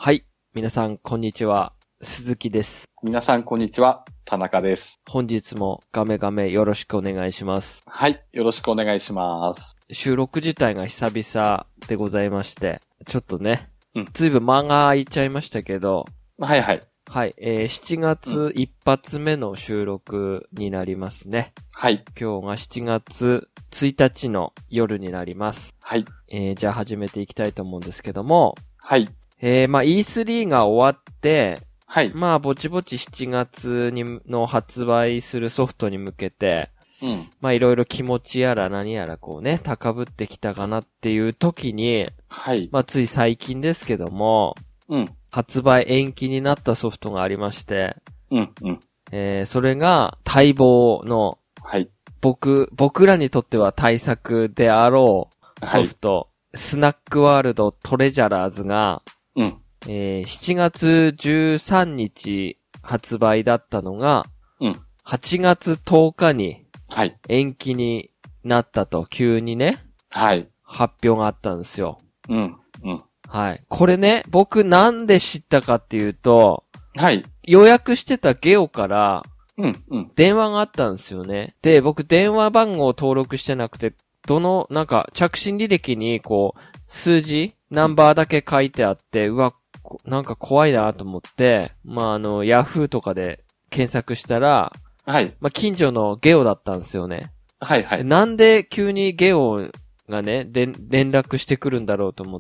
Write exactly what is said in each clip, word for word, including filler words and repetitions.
はい。皆さん、こんにちは。鈴木です。 皆さん、こんにちは。田中です。 本日もガメガメよろしくお願いします。 はい。よろしくお願いします。 収録自体が久々でございまして、ちょっとね、 うん、 ずいぶん間が空いちゃいましたけど、 はいはい。 はい。えー、しちがつ一発目の収録になりますね。 はい。 今日がしちがつついたちの夜になります。 はい。 えー、じゃあ始めていきたいと思うんですけども、 はい。 えー、まあ イースリー が終わって、 はい。 まあぼちぼちしちがつにの発売するソフトに向けて、 うん。 まあいろいろ気持ちやら何やらこうね、高ぶってきたかなっていう時に、 はい。 まあつい最近ですけども、 うん。 発売延期になったソフトがありまして、 うん。うん。 えー、それが待望の、 はい。 僕、僕らにとっては大作であろうソフト、はい、スナックワールドトレジャラーズが、 うん。 えー、しちがつじゅうさんにち発売だったのが、 うん。 はちがつとおかに、 はい。 延期になったと、急にね、 はい。 発表があったんですよ。 うん。うん。 はい。これね、僕なんで知ったかっていうと、 はい。 予約してたゲオから、 うん。うん。 電話があったんですよね。で、僕電話番号を登録してなくて、どの、なんか、着信履歴に、こう、数字、ナンバーだけ書いてあって、うわ、なんか怖いなと思って、まあ、あの、ヤフーとかで検索したら、 はい。 まあ、近所のゲオだったんですよね。 はいはい。 なんで急にゲオがね、連、連絡してくるんだろうと思って、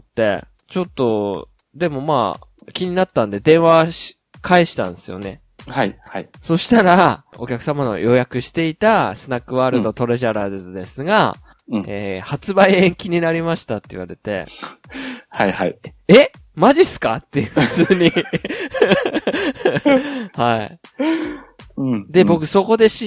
ちょっと、でもまあ、気になったんで電話し、返したんですよね。 はいはい。 そしたら、お客様の予約していたスナックワールドトレジャラーズですが、うん、えー、発売延期になりましたって言われて、 はいはい。 えマジっすかっていう普通にはい。 うん。 で、僕そこで知って、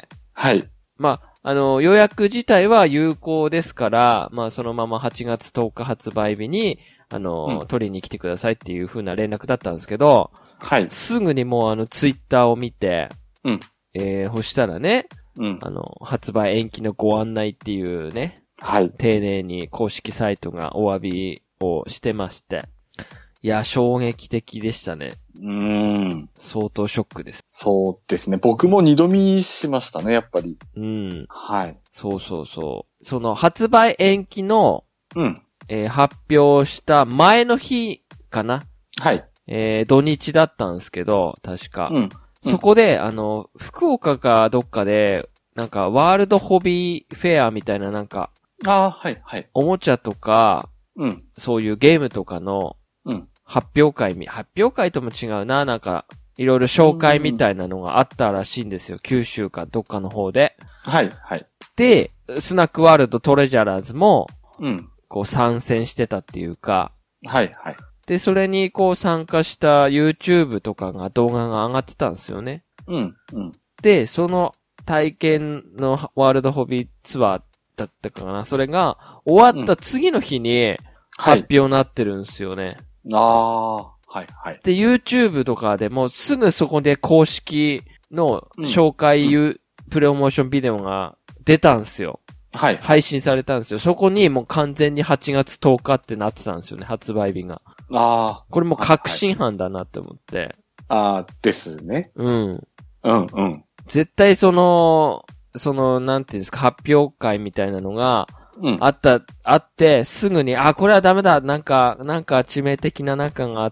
はい。 まあ、あの、予約自体は有効ですから、まあ、そのままはちがつとおか発売日に、あの、うん、取りに来てくださいっていう風な連絡だったんですけど、 はい。 すぐにもうあの、ツイッターを見て、 うん。 えー、そしたらね、 うん。 あの、発売延期のご案内っていうね、 はい。 丁寧に公式サイトがお詫びをしてまして、いや、衝撃的でしたね。 うーん。 相当ショックです。 そうですね。僕も二度見しましたね、やっぱり。 うん。 はい。 そうそうそう。その発売延期の、 うん。 えー、発表した前の日かな。 はい。 えー、土日だったんですけど、確か。 うん。 そこで、あの、福岡かどっかで、なんか、ワールドホビーフェアみたいななんか、 ああ、はいはい。 おもちゃとか、 うん。 そういうゲームとかの、 うん。 発表会み、発表会とも違うな、なんか、いろいろ紹介みたいなのがあったらしいんですよ。九州かどっかの方で。 はいはい。 で、スナックワールドトレジャラーズも、 うん。 こう参戦してたっていうか、 はいはい。 で、それにこう参加した YouTube とかが動画が上がってたんですよね。 うん、うん。 で、その体験のワールドホビーツアーだったかな。それが終わった次の日に発表になってるんですよね。 うん、はい、ああ、はいはい。 で、YouTube とかでもすぐそこで公式の紹介、うん、プロモーションビデオが出たんですよ。 はい。 配信されたんですよ。そこにもう完全にはちがつとおかってなってたんですよね、発売日が。 ああ。 これも確信犯だなって思って。はいはい、 ああ、ですね。 うん。 うんうん。 絶対その、その、なんていうんですか、発表会みたいなのが、あった、うん、あって、すぐに、あ、これはダメだ、なんか、なんか致命的な中があって、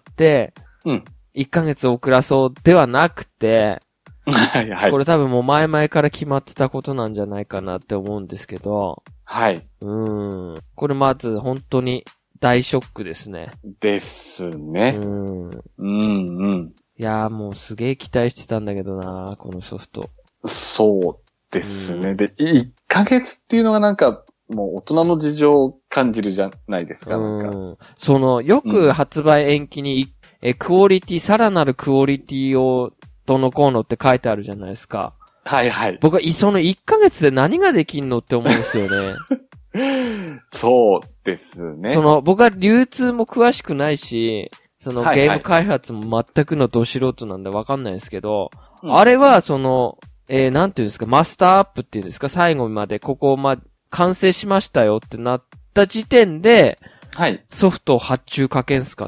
うん。 いっかげつ遅らそうではなくて、 はいはい。 これ多分もう前々から決まってたことなんじゃないかなって思うんですけど。 はい。 うーん。これまず本当に大ショックですね。 ですね。 うん。 うんうん。 いやーもうすげー期待してたんだけどなー、このソフト。 そうですね。うん、で、いっかげつっていうのがなんか、もう大人の事情を感じるじゃないですか。なんかうん。その、よく発売延期に、うん、え、クオリティ、さらなるクオリティを、どのこうのって書いてあるじゃないですか。 はいはい。 僕は、そのいっかげつで何ができんのって思うんですよね。そうですね。 その、僕は流通も詳しくないし、そのゲーム開発も全くのど素人なんでわかんないですけど、はいはい、あれはその、えー、なんていうんですか、マスターアップっていうんですか、最後までここま、完成しましたよってなった時点で、はい。ソフトを発注かけんすかね。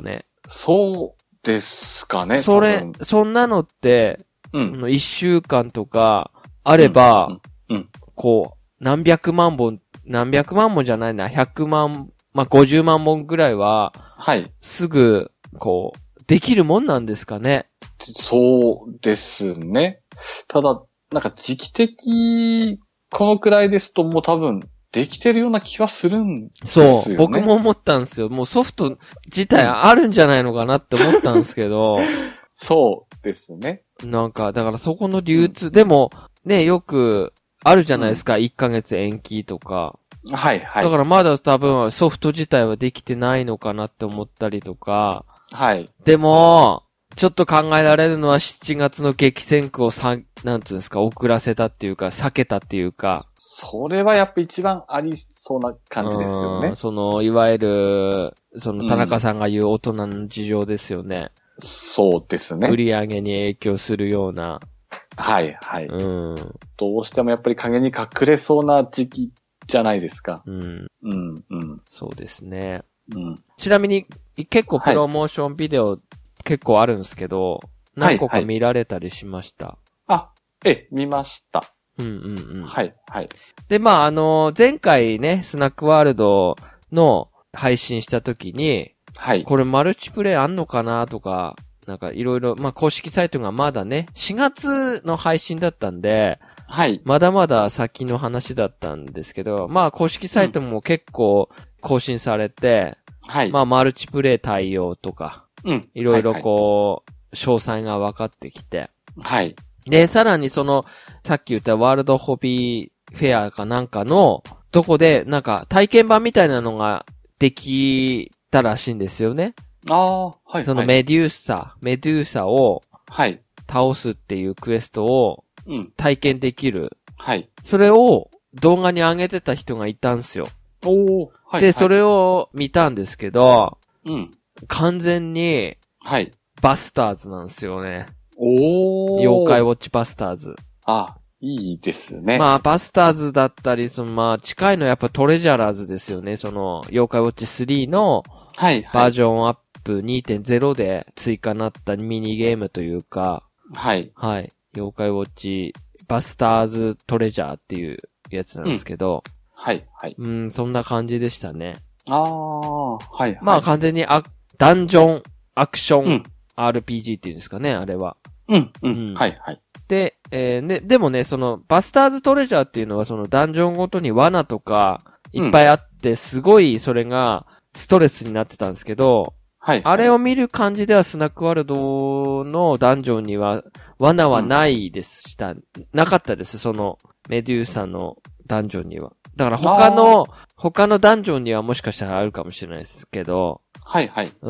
そうですかね。 それ、そんなのって、 うん。 一週間とかあれば、 うん。うん、 こう、何百万本、何百万本じゃないな、ひゃくまん、まあ、ごじゅうまん本ぐらいは、 はい。 すぐ、こう、できるもんなんですかね。 そうですね。ただ、なんか時期的、このくらいですともう多分、できてるような気はするんですよね。 そう。僕も思ったんですよ。もうソフト自体あるんじゃないのかなって思ったんですけど。 そうですね。 なんか、だからそこの流通、うん、でも、ね、よく、あるじゃないですか。うん、いっかげつ延期とか。 はいはい。 だからまだ多分ソフト自体はできてないのかなって思ったりとか。 はい。 でも、ちょっと考えられるのはしちがつの激戦区をさ、なんつうんですか、遅らせたっていうか、避けたっていうか。 それはやっぱ一番ありそうな感じですよね。 その、いわゆる、その、田中さんが言う大人の事情ですよね。 うん、そうですね。 売り上げに影響するような。 はいはい。 うん。 どうしてもやっぱり影に隠れそうな時期じゃないですか。 うん。 うんうん。 そうですね。 うん。 ちなみに、結構プロモーションビデオ、はい、結構あるんですけど、何個か見られたりしました。 はいはい、あ、ええ、見ました。 うんうんうん。 はい、はい。 で、まあ、あの、前回ね、スナックワールドの配信した時に、 はい。 これマルチプレイあんのかなとか、なんかいろいろ、まあ、公式サイトがまだね、しがつの配信だったんで、 はい。 まだまだ先の話だったんですけど、まあ、公式サイトも結構更新されて、 うん、はい。 まあ、マルチプレイ対応とか、 うん。 いろいろこう、詳細が分かってきて。 はい。 で、さらにその、さっき言ったワールドホビーフェアかなんかの、どこで、なんか体験版みたいなのができたらしいんですよね。 ああ、はい。 そのメデューサ、メデューサを、 はい。 倒すっていうクエストを、体験できる。 うん、はい。 それを動画に上げてた人がいたんですよ。 おー、はい。 で、それを見たんですけど、 うん。 完全に、 はい。 バスターズなんですよね。 おー。 妖怪ウォッチバスターズ。 あ、いいですね。 まあ、バスターズだったり、そのまあ、近いのはやっぱトレジャラーズですよね。その、妖怪ウォッチスリーの、はい。バージョンアップ にてんゼロ で追加になったミニゲームというか、 はい。 はい。妖怪ウォッチバスターズトレジャーっていうやつなんですけど、うん、 はい、はい。 うん、そんな感じでしたね。 ああ、はい、はい。 まあ完全にアダンジョンアクション アールピージー っていうんですかね、あれは。 うん、うん、うん、はい、はい。 で、えー、ね、でもね、そのバスターズトレジャーっていうのはそのダンジョンごとに罠とかいっぱいあって、すごいそれがストレスになってたんですけど、はい、はい。あれを見る感じではスナックワールドのダンジョンには罠はないでした。うん、なかったです、そのメデューサのダンジョンには。だから他の、他のダンジョンにはもしかしたらあるかもしれないですけど。 はいはい。 うん。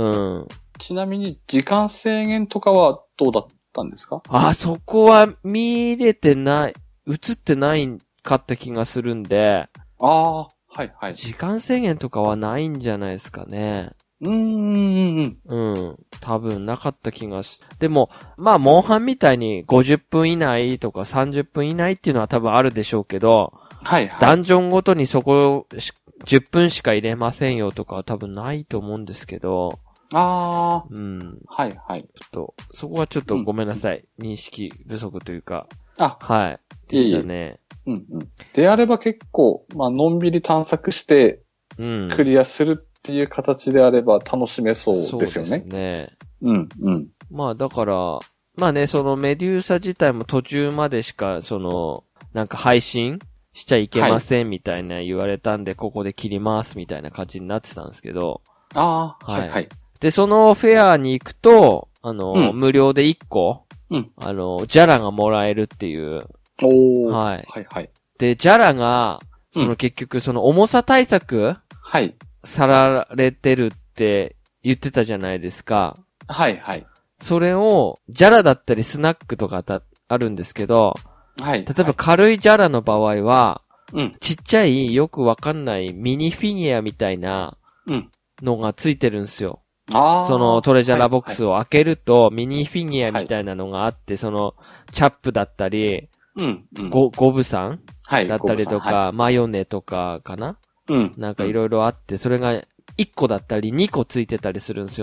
ちなみに時間制限とかはどうだったんですか？ あ、そこは見れてない、映ってないかった気がするんで。 ああ、はいはい。 時間制限とかはないんじゃないですかね。 うーん。 うん。多分なかった気がし、でも、まあ、モンハンみたいにごじゅっぷん以内とかさんじゅっぷん以内っていうのは多分あるでしょうけど、 はいはい。 ダンジョンごとにそこ、じゅっぷんしか入れませんよとかは多分ないと思うんですけど、 ああ。 うん。 はいはい。 ちょっと、そこはちょっとごめんなさい。うん、認識不足というか。 あ、 はい。でしたね。 いいうんうん。であれば結構、まあ、のんびり探索して、うん。クリアするっていう形であれば楽しめそうですよね。そうですね。 うんうん。 まあだから、まあね、そのメデューサ自体も途中までしか、その、なんか配信しちゃいけませんみたいな言われたんで、はい、ここで切りますみたいな感じになってたんですけど。 ああ、はい、はい、はい。 で、そのフェアに行くと、あの、うん、無料でいっこ、 うん、 あの、ジャラがもらえるっていう。 おー。 はい。 はい、はい。 で、ジャラが、その結局その重さ対策、 はい。 さられてるって言ってたじゃないですか。 はい、はい。 それを、ジャラだったりスナックとかたあるんですけど、 はい。 例えば軽いジャラの場合は、 うん。 ちっちゃいよくわかんないミニフィギュアみたいなのがついてるんですよ。 ああ。 そのトレジャラボックスを開けると、ミニフィギュアみたいなのがあって、はい、その、チャップだったり、 うん、うん。 ゴ、ゴブさんはい。 だったりとか、はい、マヨネとかかなうん。 なんかいろいろあって、それがいっこだったりにこついてたりするんですよね。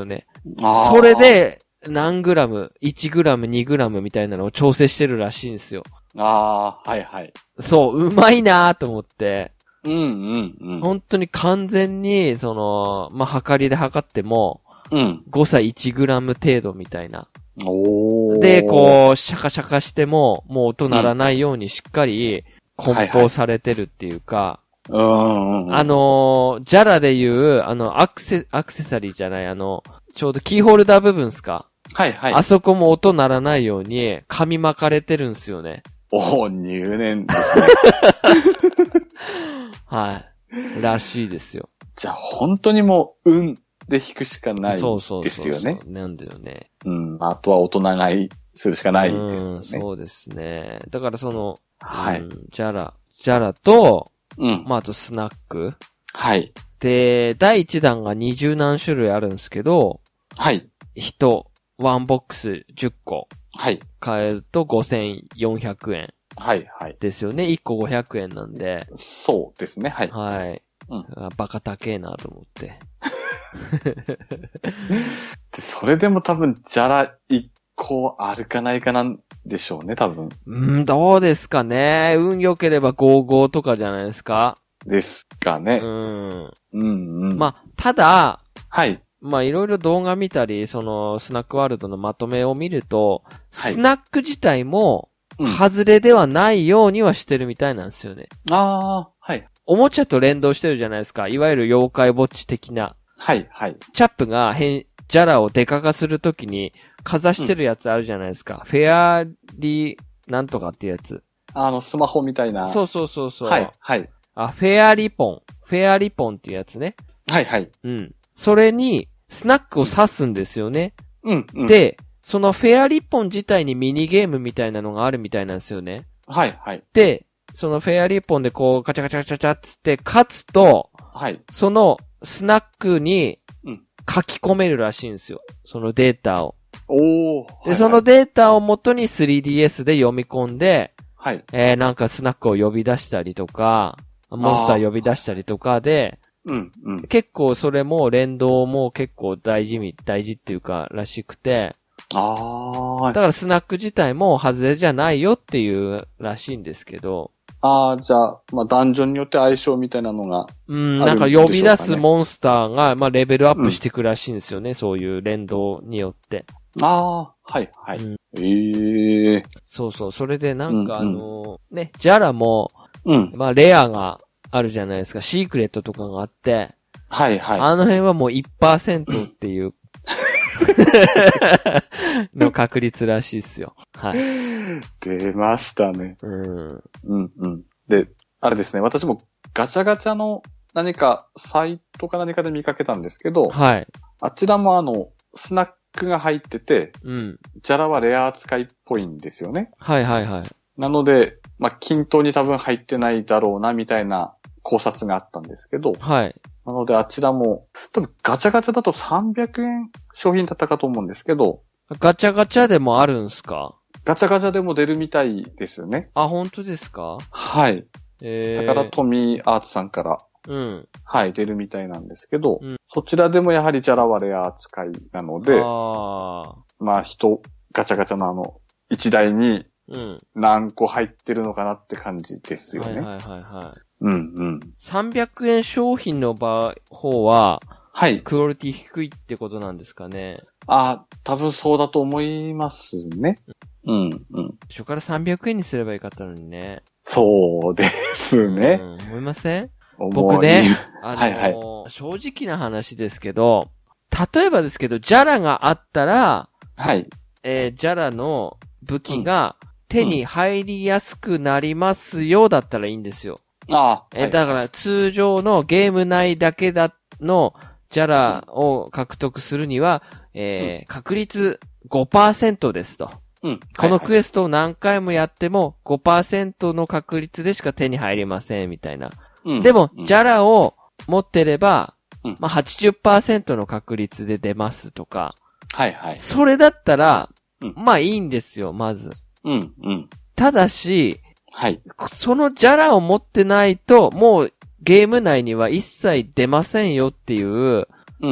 あーそれ、で、何グラム、いちグラム、にグラムみたいなのを調整してるらしいんですよ。 ああ、はいはい。 そう、うまいなーと思って。 うんうんうん。 本当に完全に、その、まあ、測りで測っても、 うん。 誤差いちグラム程度みたいな。 おー。 で、こう、シャカシャカしても、もう音鳴らないようにしっかり、梱包されてるっていうか、 うんうんうん。 あのー、ジャラでいう、あの、アクセ、アクセサリーじゃない、あの、ちょうどキーホルダー部分っすか。 はいはい。 あそこも音鳴らないように、紙巻かれてるんすよね。 おー、入念ですね。 はい。らしいですよ。 じゃあ本当にもう、運で弾くしかないそうそうですそうそう。 よね。 なんだよね。 うん。あとは大人買いするしかないですうよん、 ね。 そうですね。だからその、 はい。 うん、ジャラ、ジャラと、 うん。 まあ、あとスナック。 はい。 で、だいいちだんがにじゅう何種類あるんですけど、 はい。 人、ワンボックスじゅっこはい。 買えるとごせんよんひゃくえんはい。はい。 ですよね。いっこごひゃくえんなんで。 そうですね。はい。 はい。 うんあバカ高えなと思って。 でそれでも多分、じゃらいっこあるかないかなんでしょうね、多分。 うん、どうですかね。運良ければごじゅうごとかじゃないですか。 ですかうね。 ん。 うんうん。 まあ、ただ、 はい。 まあいろいろ動画見たり、そのスナックワールドのまとめを見ると、 はいスナック自体も、 うん外れではないようにはしてるみたいなんですよね。 ああ、はい。 おもちゃと連動してるじゃないですか。いわゆる妖怪ウォッチ的な。 はい、はい。 チャップが変、ジャラをデカ化するときに、かざしてるやつあるじゃないですか。フェアリー、なんとかっていうやつ。 あの、スマホみたいな。 そうそうそうそう。 はい、はい。 あ、フェアリポン。フェアリポンっていうやつね。 はい、はい。 うん。それに、スナックを刺すんですよね。 うん、うん。、 で、そのフェアリポン自体にミニゲームみたいなのがあるみたいなんですよね。 はい、はい。 で、そのフェアリポンでこう、カチャカチャカチャカチャっつって、勝つと、 はい。 そのスナックにうん書き込めるらしいんですよ。そのデータを。 おー。 で、 はいその、データを元に スリーディーエス で読み込んで、 はい。 えー、なんかスナックを呼び出したりとか、モンスター呼び出したりとかで、 うん、うん。 結構それも連動も結構大事み、大事っていうからしくて、 あだからスナック自体も外れじゃないよっていうらしいんですけど、 あ。ああ、じゃあ、まあ、ダンジョンによって相性みたいなのが。 うん、 あるなんかんでしょうかね呼び出すモンスターが、まあレベルアップしていくらしいんですよね、そういう連動によって。 ああ、はい、はい。 うんええそうそう、それでなんかあうんうんのーね、ジャラも、 うん。 まあレアがあるじゃないですか、シークレットとかがあって、 はい、はい。 あの辺はもう いちパーセント っていうの確率らしいっすよ。はい。 出ましたね。 うん。 うん、うん。で、あれですね、私もガチャガチャの何かサイトか何かで見かけたんですけど、 はい。 あちらもあの、スナックが入ってて、 うん。 ジャラはレア扱いっぽいんですよね。 はいはいはい。 なので、まあ、均等に多分入ってないだろうな、みたいな考察があったんですけど、 はい。 なのであちらも、多分ガチャガチャだとさんびゃくえん商品だったかと思うんですけど、 ガチャガチャでもあるんすか？ ガチャガチャでも出るみたいですよね。 あ、本当ですか？ はい。 えー。 だからトミーアーツさんから、 うん。 はい、出るみたいなんですけど、 うんそちらでもやはりジャラはレア扱いなので、 あまあ人、ガチャガチャのあの、一台にー。うん。 何個入ってるのかなって感じですよね。 はいはいはいはい。 うんうん。 さんびゃくえん商品の場方は、 はい。 クオリティ低いってことなんですかね。 あ、多分そうだと思いますね。うんうん。 最初からさんびゃくえんにすればよかったのにね。 そうですね。 うん、思いません？ 思い僕ね、あのーはいは正直な話ですけど、例えばですけど、ジャラがあったら、 はい。 えージャラの武器が手に入りやすくなりますよだったらいいんですよ。 ああ。 えーだから通常のゲーム内だけだのジャラを獲得するには、えー確率 ごパーセント ですと。 うん。 このクエエストを何回もやっても ごパーセント の確率でしか手に入りませんみたいな。でも、ジャラを持ってれば、 うんまあ、はちじゅっパーセント の確率で出ますとか。 はいはい。 それだったら、 うんまあいいんですよ、まず。 うんうん。 ただし、 はい。 そのジャラを持ってないと、もうゲーム内には一切出ませんよっていう、 うん。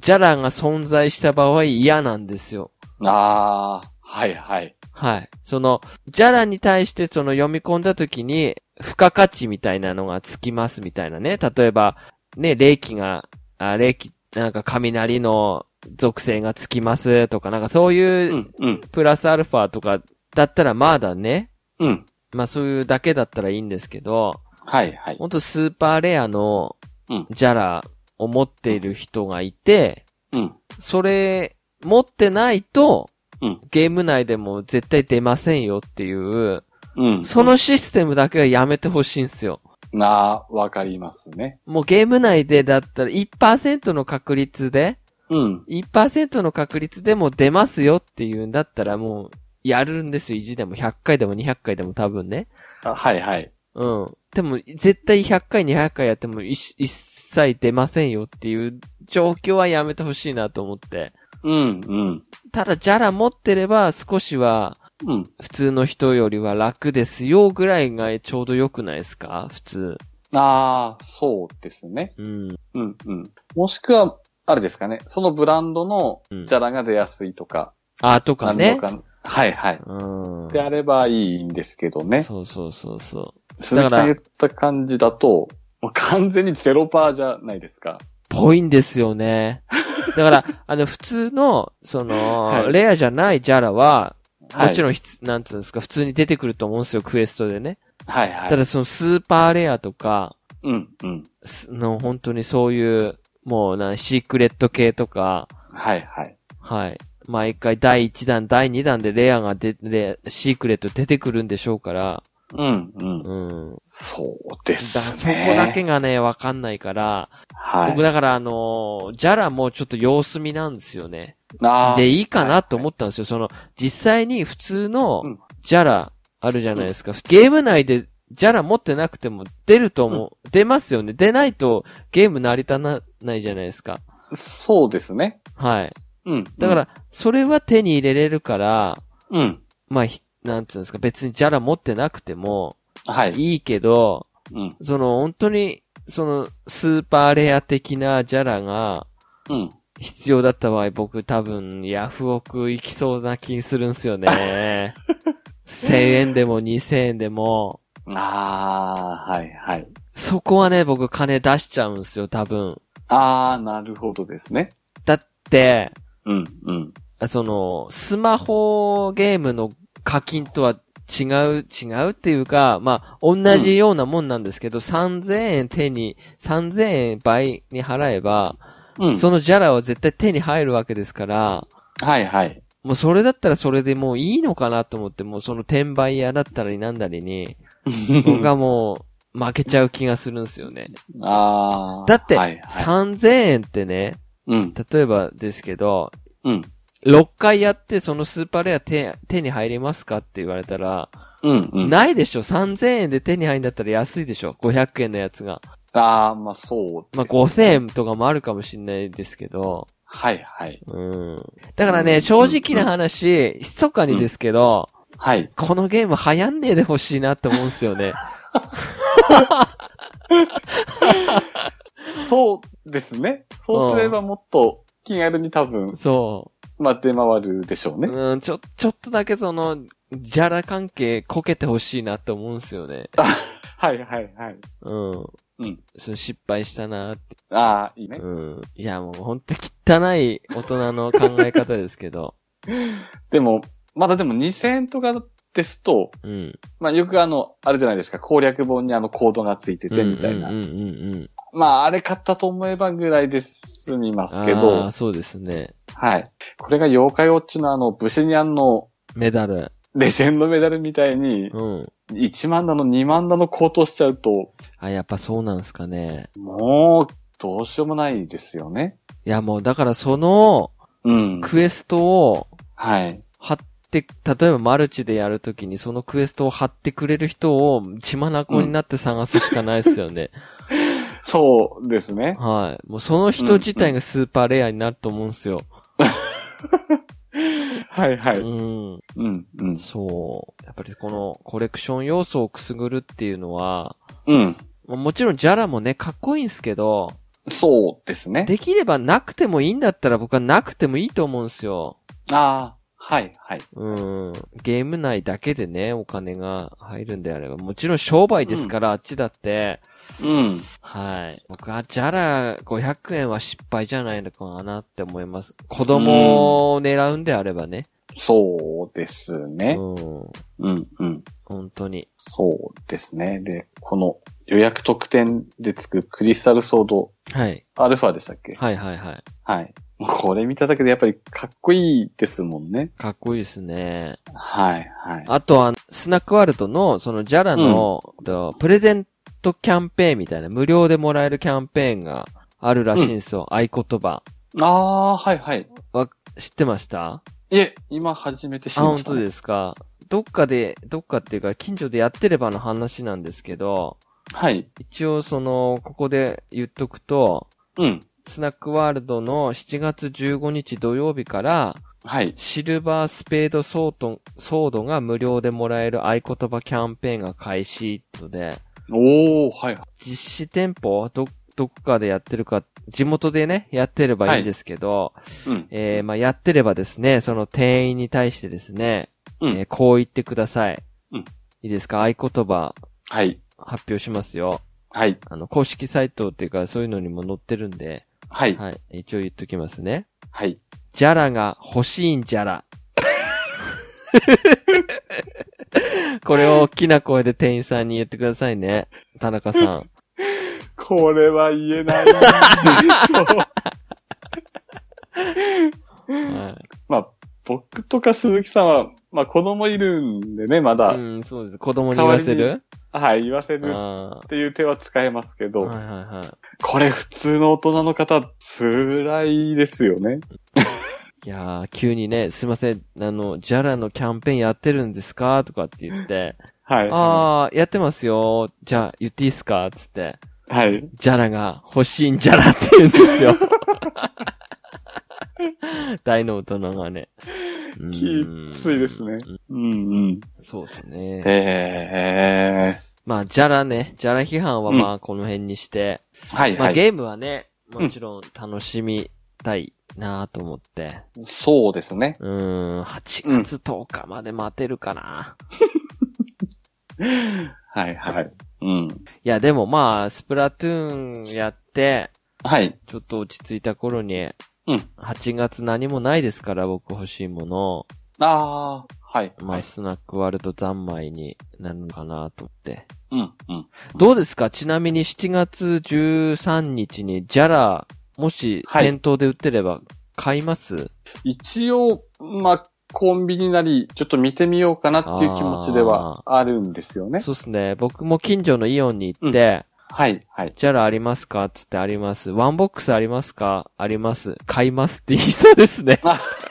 ジャラが存在した場合嫌なんですよ。 ああ、はいはい。 はい。その、ジャラに対してその読み込んだ時に、付加価値みたいなのがつきますみたいなね。例えば、ね、霊気が、あ、霊気、なんか雷の属性がつきますとか、なんかそういう、 うんうん、 プラスアルファとかだったらまだね。 うん。 まあそういうだけだったらいいんですけど、 はいはい。 ほんとスーパーレアの、ジャラを持っている人がいて、 うん。 それ、持ってないと、 うん、 ゲーム内でも絶対出ませんよっていう、 うん、 そのシステムだけはやめてほしいんですよ。 なあ、わかりますね。 もうゲーム内でだったら いちパーセント の確率で、 うん。 いちパーセント の確率でも出ますよっていうんだったらもう、やるんですよ。意地でもひゃっかいでもにひゃっかいでも多分ね。 あ、はいはい。 うん。でも、絶対ひゃっかいにひゃっかいやっても一切出ませんよっていう状況はやめてほしいなと思って。 うん、うん。 ただ、ジャラ持ってれば少しは、 うん。 普通の人よりは楽ですよぐらいがちょうど良くないですか普通。 ああ、そうですね。 うん。 うん、うん。もしくは、あれですかね。そのブランドのジャラが出やすいとか。 うん、あ、とかね。 かはいはい。 うん。 であればいいんですけどね。 そうそうそうそう。 鈴木さん言った感じだと、もう完全に ゼロパーセント じゃないですか。 ぽいんですよね。だから、あの、普通の、その、はい、レアじゃないジャラは、もちろん、はい、なんつうんですか、普通に出てくると思うんですよ、クエストでね。 はいはい。 ただそのスーパーレアとか、 うんうん。 の本当にそういう、もうな、シークレット系とか、 はいはい。 はい。毎回だいいちだん、だいにだんでレアが出て、シークレット出てくるんでしょうから。 うんうん。 うん。 そうですね。 だからそこだけがね、わかんないから、 はい。 僕だからあのー、ジャラもちょっと様子見なんですよね。 あで、いいかなと思ったんですよ。その、実際に普通のジャラあるじゃないですか。うん、ゲーム内でジャラ持ってなくても出ると思う。うん、出ますよね。出ないとゲーム成り立たないじゃないですか。 そうですね。 はい。 うん。 だから、それは手に入れれるから、 うん。 まあ、なんつうんですか、別にジャラ持ってなくても、 はい。 いいけど、 うん。 その、本当に、その、スーパーレア的なジャラが、 うん。 必要だった場合、僕多分、ヤフオク行きそうな気するんすよね。せんえんでもにせんえんでも。 ああ、はいはい。 そこはね、僕金出しちゃうんすよ、多分。 ああ、なるほどですね。 だって、 うんうん。 その、スマホゲームの課金とは違う、違うっていうか、まあ、同じようなもんなんですけど、うん、さんぜんえん手に、さんぜんえん倍に払えば、うん、そのジャラは絶対手に入るわけですから、 はいはい。 もうそれだったらそれでもういいのかなと思って、もうその転売屋だったりなんだりに、僕はもう負けちゃう気がするんですよね。 ああ。 だって、さんぜんえんってね、 うん、 例えばですけど、 うん、 ろっかいやってそのスーパーレア手、手に入りますかって言われたら、 うんうん、 ないでしょ。さんぜんえんで手に入るんだったら安いでしょ。ごひゃくえんのやつが。 ああ、まあそうですね。 まあごせんえんとかもあるかもしれないですけど。 はいはい。 うん。だからね、うん、正直な話、うん、密かにですけど、 うん、はい。 このゲーム流行んねえでほしいなって思うんですよね。 そうですね。そうすればもっと気軽に多分。 そう。 まあ、出回るでしょうね。 うん、ちょ、ちょっとだけその、ジャラ関係こけてほしいなって思うんですよね。 はいはいはい。 うん。 うん。 その失敗したなーって。 ああ、いいね。 うん。いやもうほんと汚い大人の考え方ですけど。 でも、まだでもにせんえんとかですと、 うん。 まあよくあの、あれじゃないですか、攻略本にあのコードがついててみたいな。 うんうんうんうん。 まああれ買ったと思えばぐらいで済みますけど。 ああ、そうですね。 はい。これが妖怪ウォッチのあの、ブシニャンのメダル。 レジェンドメダルみたいに、 うん。 いちまんだのにまんだの高騰しちゃうと。 あ、やっぱそうなんですかね。 もう、どうしようもないですよね。 いやもうだからその、うん。クエストを、 はい。 貼って、例えばマルチでやるときにそのクエストを貼ってくれる人を血眼になって探すしかないですよね。 うん、そうですね。 はい。もうその人自体がスーパーレアになると思うんですよ。 はいはい。 うん。 うん、うん。 そう。やっぱりこのコレクション要素をくすぐるっていうのは、 うん。 もちろんジャラもね、かっこいいんですけど、 そうですね。 できればなくてもいいんだったら僕はなくてもいいと思うんですよ。 ああ、はいはい。 うん。ゲーム内だけでね、お金が入るんであれば。もちろん商売ですから、うん、あっちだって。 うん。 はい。僕はジャラごひゃくえんは失敗じゃないのかなって思います。子供を狙うんであればね。 うん、そうですね。 うん。 うんうん。 本当に。 そうですね。で、この予約特典でつくクリスタルソード。 はい。 アルファでしたっけ？ はいはいはい。 はい。これ見ただけでやっぱりかっこいいですもんね。 かっこいいですね。 はいはい。 あとは、スナックワールドの、そのジャラの、うん、プレゼントキャンペーンみたいな、無料でもらえるキャンペーンがあるらしいんですよ。うん、合言葉。 ああ、はいはい。 わ、知ってました？ いえ、今初めて知りました、ね。 あ、本当ですか。どっかで、どっかっていうか、近所でやってればの話なんですけど、 はい。 一応その、ここで言っとくと、 うん。 スナックワールドのしちがつじゅうごにち土曜日から、 はい。 シルバースペードソード、ソードが無料でもらえる合言葉キャンペーンが開始とで、 おー、はい。 実施店舗、ど、どこかでやってるか、地元でね、やってればいいんですけど、 はい、うん。 えー、まあ、やってればですね、その店員に対してですね、 うん。 えー、こう言ってください。 うん。 いいですか？合言葉。 はい。 発表しますよ。 はい。 あの、公式サイトっていうか、そういうのにも載ってるんで、 はい。 はい。一応言っときますね。 はい。 ジャラが欲しいんじゃら。これを大きな声で店員さんに言ってくださいね。田中さん。 これは言えないんでしょう。はい、まあ、僕とか鈴木さんは、まあ子供いるんでね、まだ。 うん、そうです。子供に言わせる？ はい、言わせるっていう手は使えますけど。 はいはいはい。 これ普通の大人の方、辛いですよね。 いやー、急にね、すいません、あの、ジャラのキャンペーンやってるんですかとかって言って、 はい。 あー、やってますよ。じゃあ、言っていいっすかつって。 はい。 ジャラが欲しいんジャラって言うんですよ。大の大人がね。 きついですね。うんうん。 そうですね。 へー。 まあ、ジャラね、ジャラ批判はまあ、この辺にして、 うん、はいはい。 まあ、ゲームはね、もちろん楽しみたいなぁと思って。 そうですね。 うーん、はちがつとおかまで待てるかな。 はいはい。うん。いや、でもまあ、スプラトゥーンやって、 はい。 ちょっと落ち着いた頃に、 うん。 はちがつ何もないですから、僕欲しいもの。 ああ、はい。 まあ、スナックワールド三昧になるのかなと思って。 うん、うん。 どうですか？ちなみにしちがつじゅうさんにちにジャラ、もし店頭で売ってれば買います？はい、 一応、まあ、コンビニなり、ちょっと見てみようかなっていう気持ちではあるんですよね。 そうですね。僕も近所のイオンに行って、 うん、はい、はい。 ジャラありますかつってあります。ワンボックスありますか？あります。買いますって言いそうですね。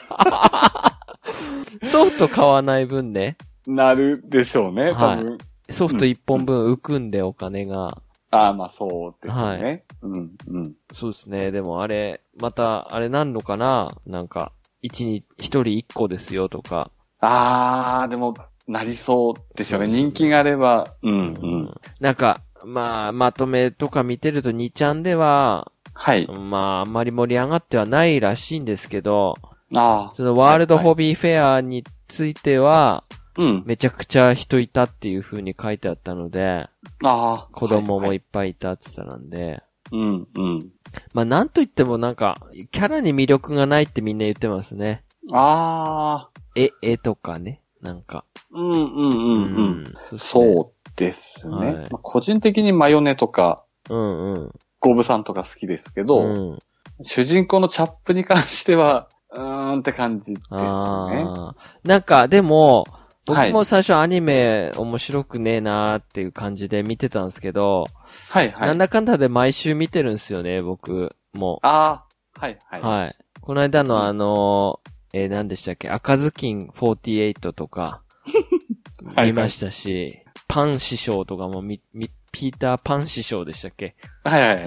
ソフト買わない分ね。 なるでしょうね、多分。 はい、ソフトいっぽんぶん浮くんで、お金が。 ああ、まあそうですね。はい。うん、うん。 そうですね。でもあれ、また、あれなんのかな？なんか、一に、一人一個ですよとか。 ああ、でも、なりそうですよね。人気があれば。うん、うん。 なんか、まあ、まとめとか見てるとにちゃんでは、 はい。 まあ、あんまり盛り上がってはないらしいんですけど、 ああ。 そのワールドホビーフェアについては、うん。めちゃくちゃ人いたっていう風に書いてあったので、 ああ。 子供もいっぱいいたって言ったなんで、はいはい、 うん、うん。 まあ、なんと言ってもなんか、キャラに魅力がないってみんな言ってますね。 ああ。 え、絵とかね。なんか。 うん、うん、うん、うん。そ, そうですね。はい、まあ、個人的にマヨネとか、 うんうん。 ゴブさんとか好きですけど、うん、主人公のチャップに関しては、うーんって感じですね。 あなんか、でも、僕も最初アニメ面白くねえなーっていう感じで見てたんですけど、 はいはい。 なんだかんだで毎週見てるんですよね、僕も。 ああ、はいはい。 はい。この間のあのー、えー、何でしたっけ、赤ずきんよんじゅうはちとか、見ましたし、はいはい、パン師匠とかもみ、み、ピーターパン師匠でしたっけ？ はいはい。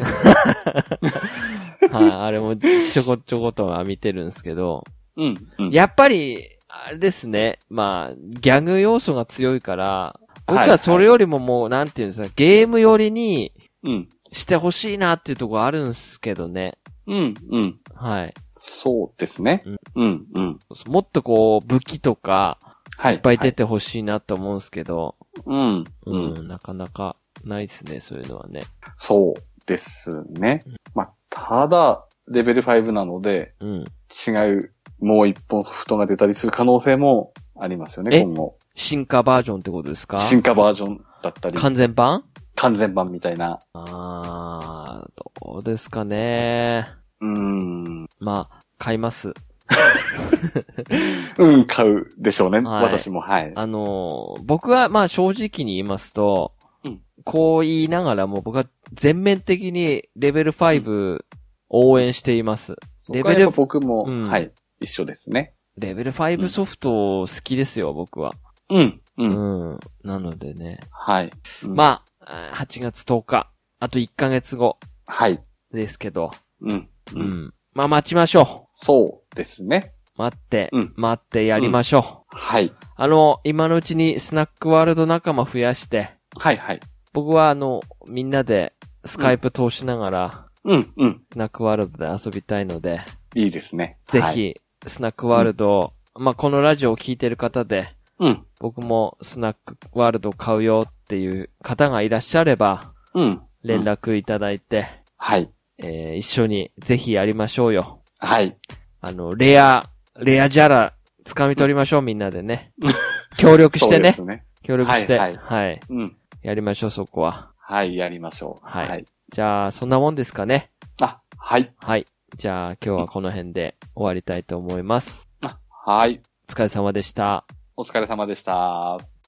はい、あれもちょこちょことは見てるんですけど、 うん、うん。 やっぱり、あれですね。まあ、ギャグ要素が強いから、僕はそれよりももう、なんていうんですか、ゲーム寄りに、 してほしいなっていうところあるんすけどね。 うん、うん。 はい。 そうですね。うん、うん、うん。 もっとこう、武器とか、 はい。 いっぱい出てほしいなと思うんすけど。 はい、うん、 うん。うん、なかなかないですね、そういうのはね。 そうですね。うん、まあ、ただ、レベルごなので、うん、違う、もう一本ソフトが出たりする可能性もありますよね、今後。 進化バージョンってことですか？ 進化バージョンだったり。 完全版？ 完全版みたいな。 あー、どうですかね。 うーん。 まあ、買います。 うん、買うでしょうね。はい、私も、はい。 あのー、僕はまあ正直に言いますと、うん、こう言いながらも僕は全面的にレベルご応援しています。 うん、レベル僕も、うん、はい、一緒ですね。 レベルごソフト好きですよ、僕は。 うん、うん。 うん。なのでね。 はい。 うん、まあ、はちがつとおか、あといっかげつご。 はい。 ですけど。 うん。 うん。うん、まあ待ちましょう。 そうですね。 待って、うん、待ってやりましょう、うん。 はい。 あの、今のうちにスナックワールド仲間増やして。 はいはい。 僕はあの、みんなでスカイプ通しながら、 うん、うん。 スナックワールドで遊びたいので。 いいですね。 ぜひ、はい、スナックワールド、うん、まあ、このラジオを聞いてる方で、 うん。 僕もスナックワールド買うよっていう方がいらっしゃれば、 うん。 連絡いただいて、 はい。 えー、一緒にぜひやりましょうよ。 はい。 あの、レア、レアジャラ、掴み取りましょう、みんなでね。協力してね。そうですね。協力して。はい、はい。はい。うん。やりましょう、そこは。 はい、やりましょう。 はい。はい、じゃあ、そんなもんですかね。 あ、はい。 はい。じゃあ、今日はこの辺で終わりたいと思います。 あ、はい。 お疲れ様でした。 お疲れ様でした。